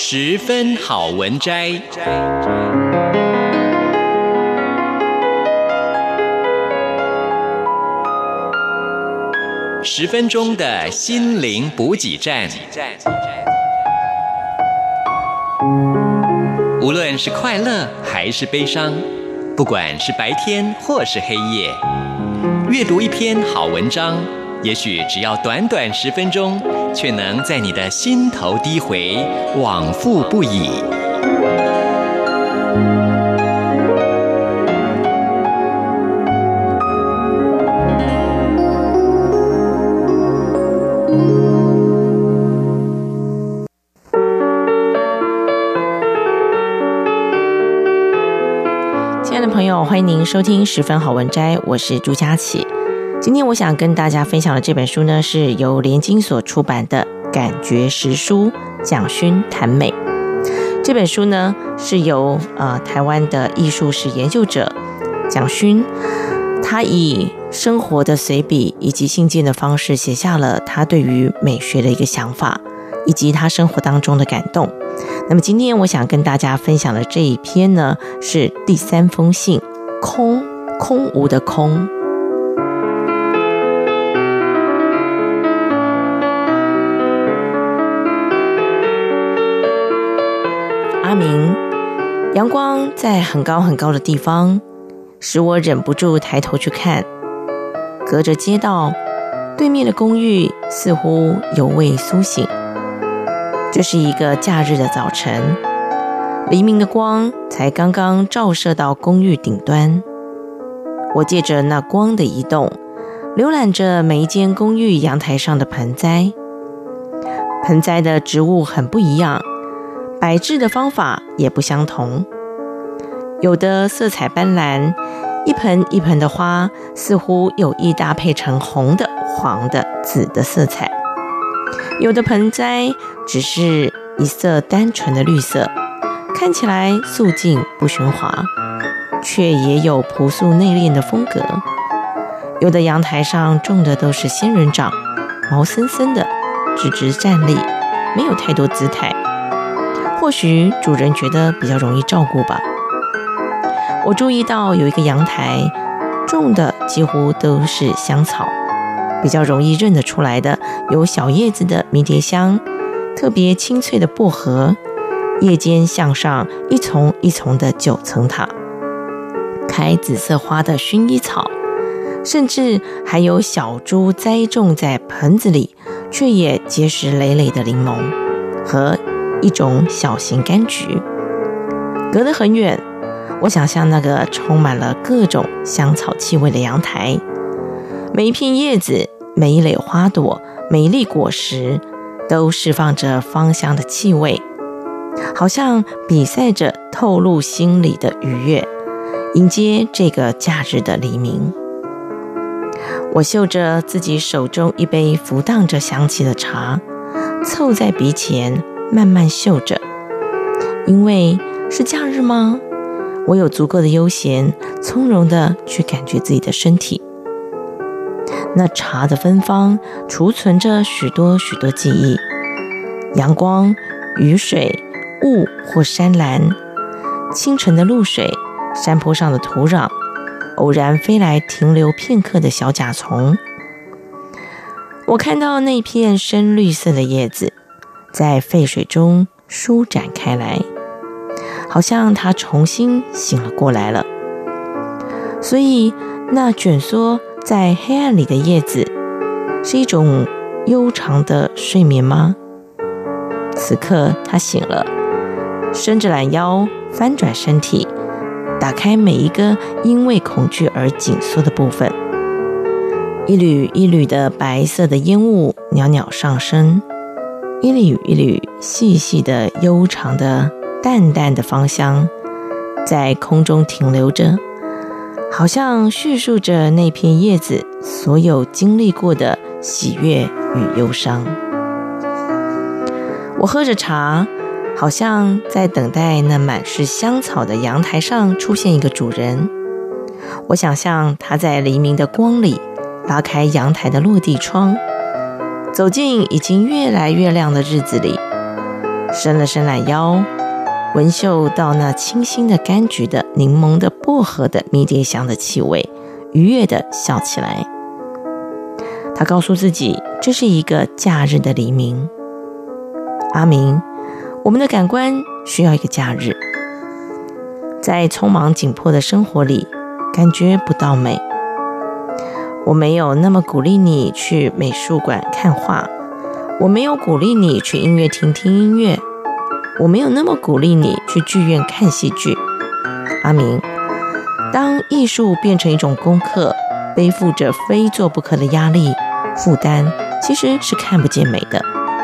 十分好文摘。10分钟的心灵补给站。无论是快乐还是悲伤，不管是白天或是黑夜，阅读一篇好文章，也许只要短短10分钟，却能在你的心头低回，往复不已。 亲爱的朋友，欢迎您收听10分好文摘，我是朱佳琪。今天我想跟大家分享的这本书呢，是由联经所出版的《感觉实书》，蒋勋谈美。这本书呢，是由台湾的艺术史研究者蒋勋，他以生活的随笔以及信件的方式，写下了他对于美学的一个想法，以及他生活当中的感动。那么今天我想跟大家分享的这一篇呢，是第3封信，空无的空。阿明，阳光在很高很高的地方，使我忍不住抬头去看。隔着街道，对面的公寓似乎犹未苏醒。这是一个假日的早晨，黎明的光才刚刚照射到公寓顶端。我借着那光的移动，浏览着每一间公寓阳台上的盆栽。盆栽的植物很不一样，摆置的方法也不相同。有的色彩斑斓，一盆一盆的花似乎有意搭配成红的、黄的、紫的色彩。有的盆栽只是一色单纯的绿色，看起来素净不喧哗，却也有朴素内敛的风格。有的阳台上种的都是仙人掌，毛森森的，直直站立，没有太多姿态。或许主人觉得比较容易照顾吧。我注意到有一个阳台种的几乎都是香草，比较容易认得出来的有小叶子的迷迭香，特别清脆的薄荷，叶间向上一丛一丛的9层塔，开紫色花的薰衣草，甚至还有小株栽种在盆子里却也结实累累的柠檬和一种小型柑橘。隔得很远，我想象那个充满了各种香草气味的阳台，每一片叶子，每一蕾花朵，每一粒果实，都释放着芳香的气味，好像比赛着透露心里的愉悦，迎接这个假日的黎明。我嗅着自己手中一杯浮荡着香气的茶，凑在鼻前慢慢嗅着。因为是假日吗？我有足够的悠闲，从容地去感觉自己的身体。那茶的芬芳储存着许多许多记忆，阳光、雨水、雾或山岚，清晨的露水，山坡上的土壤，偶然飞来停留片刻的小甲虫。我看到那片深绿色的叶子在沸水中舒展开来，好像它重新醒了过来了。所以那卷缩在黑暗里的叶子是一种悠长的睡眠吗？此刻它醒了，伸着懒腰，翻转身体，打开每一个因为恐惧而紧缩的部分。一缕一缕的白色的烟雾袅袅上升，一缕一缕细细的悠长的淡淡的芳香在空中停留着，好像叙述着那片叶子所有经历过的喜悦与忧伤。我喝着茶，好像在等待那满是香草的阳台上出现一个主人。我想象他在黎明的光里拉开阳台的落地窗，走进已经越来越亮的日子里， 伸了伸懒腰，闻嗅到那清新的柑橘的、柠檬的、薄荷的、迷迭香的气味，愉悦地笑起来。他告诉自己，这是一个假日的黎明。阿明，我们的感官需要一个假日。在匆忙紧迫的生活里，感觉不到美。我没有那么鼓励你去美术馆看画，我没有鼓励你去音乐厅听音乐，我没有那么鼓励你去剧院看戏剧。阿明，当艺术变成一种功课，背负着非做不可的压力负担，其实是看不见美的。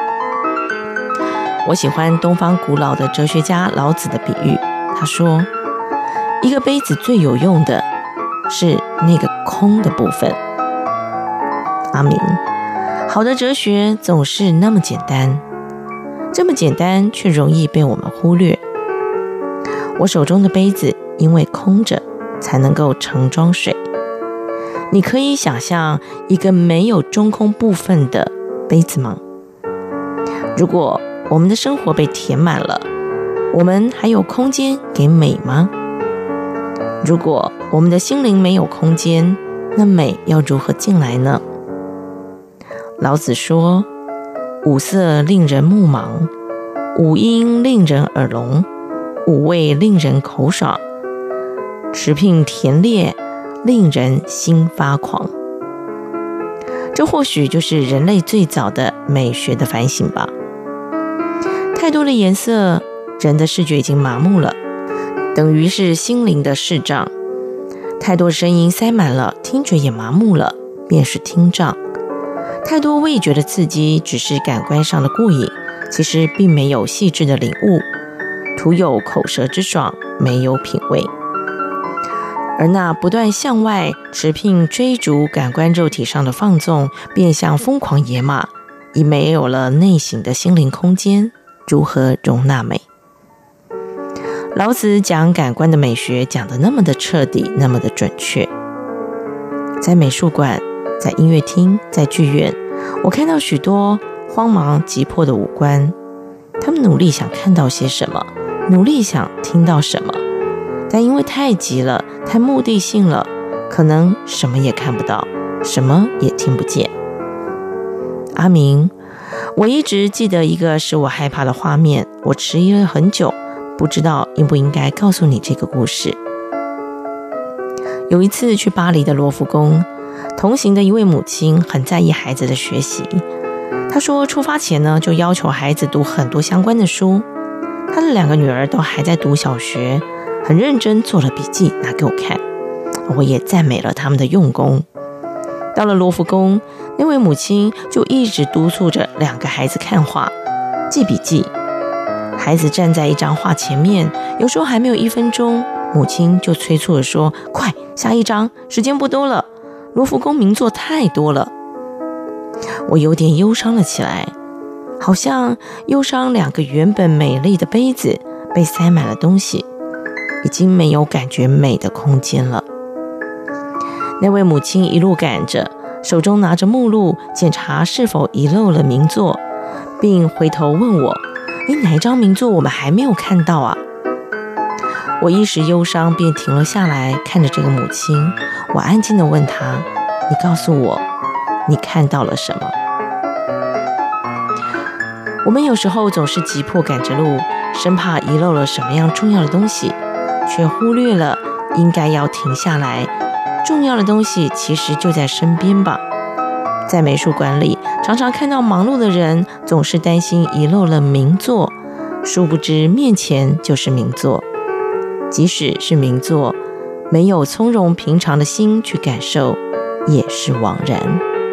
我喜欢东方古老的哲学家老子的比喻，他说，一个杯子最有用的是那个空的部分。阿明，好的哲学总是那么简单，这么简单却容易被我们忽略。我手中的杯子因为空着才能够盛装水。你可以想象一个没有中空部分的杯子吗？如果我们的生活被填满了，我们还有空间给美吗？如果我们的心灵没有空间，那美要如何进来呢？老子说，五色令人目盲，五音令人耳聋，五味令人口爽，食品甜烈，令人心发狂。这或许就是人类最早的美学的反省吧。太多的颜色，人的视觉已经麻木了，等于是心灵的视障。太多声音塞满了，听觉也麻木了，便是听障。太多味觉的刺激，只是感官上的过瘾，其实并没有细致的领悟，徒有口舌之爽，没有品味。而那不断向外持聘追逐感官肉体上的放纵，便像疯狂野马，已没有了内省的心灵空间，如何容纳美？老子讲感官的美学讲得那么的彻底，那么的准确。在美术馆，在音乐厅，在剧院，我看到许多慌忙急迫的五官，他们努力想看到些什么，努力想听到什么，但因为太急了，太目的性了，可能什么也看不到，什么也听不见。阿明，我一直记得一个使我害怕的画面，我迟疑了很久，不知道应不应该告诉你这个故事。有一次去巴黎的罗浮宫，同行的一位母亲很在意孩子的学习，她说出发前呢，就要求孩子读很多相关的书。她的2个女儿都还在读小学，很认真做了笔记拿给我看，我也赞美了他们的用功。到了罗浮宫，那位母亲就一直督促着2个孩子看画、记笔记。孩子站在一张画前面，有时候还没有1分钟，母亲就催促地说：“快，下一张，时间不多了。罗浮宫名作太多了。”我有点忧伤了起来，好像忧伤2个原本美丽的杯子被塞满了东西，已经没有感觉美的空间了。那位母亲一路赶着，手中拿着目录，检查是否遗漏了名作，并回头问我：“哪一张名作我们还没有看到啊？”我一时忧伤，便停了下来，看着这个母亲。我安静地问她：“你告诉我，你看到了什么？”我们有时候总是急迫赶着路，生怕遗漏了什么样重要的东西，却忽略了应该要停下来。重要的东西其实就在身边吧。在美术馆里，常常看到忙碌的人总是担心遗漏了名作，殊不知面前就是名作。即使是名作，没有从容平常的心去感受，也是枉然。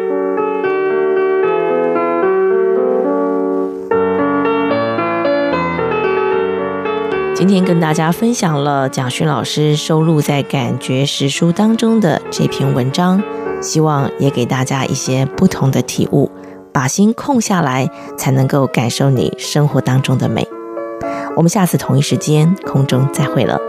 今天跟大家分享了蒋勋老师收录在《感觉实书》当中的这篇文章，希望也给大家一些不同的体悟，把心空下来，才能够感受你生活当中的美。我们下次同一时间空中再会了。